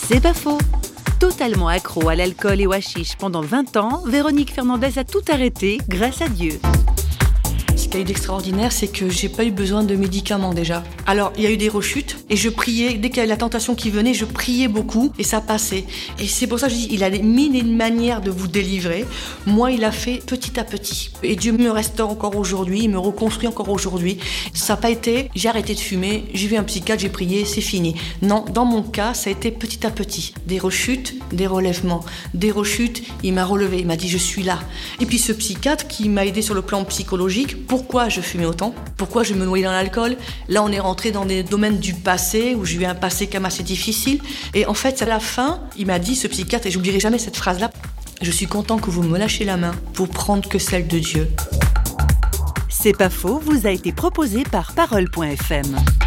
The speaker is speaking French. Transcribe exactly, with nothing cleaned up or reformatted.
C'est pas faux. Totalement accro à l'alcool et au hashish pendant vingt ans, Véronique Fernandez a tout arrêté grâce à Dieu. Ce qu'il y a eu d'extraordinaire, c'est que j'ai pas eu besoin de médicaments déjà. Alors, il y a eu des rechutes et je priais, dès qu'il y avait la tentation qui venait, je priais beaucoup et ça passait. Et c'est pour ça que je dis, il a mille et une manières de vous délivrer. Moi, il a fait petit à petit. Et Dieu me restaure encore aujourd'hui, il me reconstruit encore aujourd'hui. Ça n'a pas été, j'ai arrêté de fumer, j'ai vu un psychiatre, j'ai prié, c'est fini. Non, dans mon cas, ça a été petit à petit. Des rechutes, des relèvements. Des rechutes, il m'a relevé, il m'a dit, je suis là. Et puis ce psychiatre qui m'a aidé sur le plan psychologique, pourquoi je fumais autant? Pourquoi je me noyais dans l'alcool? Là, on est rentré dans des domaines du passé, où j'ai eu un passé quand même assez difficile. Et en fait, à la fin, il m'a dit, ce psychiatre, et j'oublierai jamais cette phrase-là, je suis content que vous me lâchiez la main pour prendre que celle de Dieu. C'est pas faux, vous a été proposé par Parole point F M.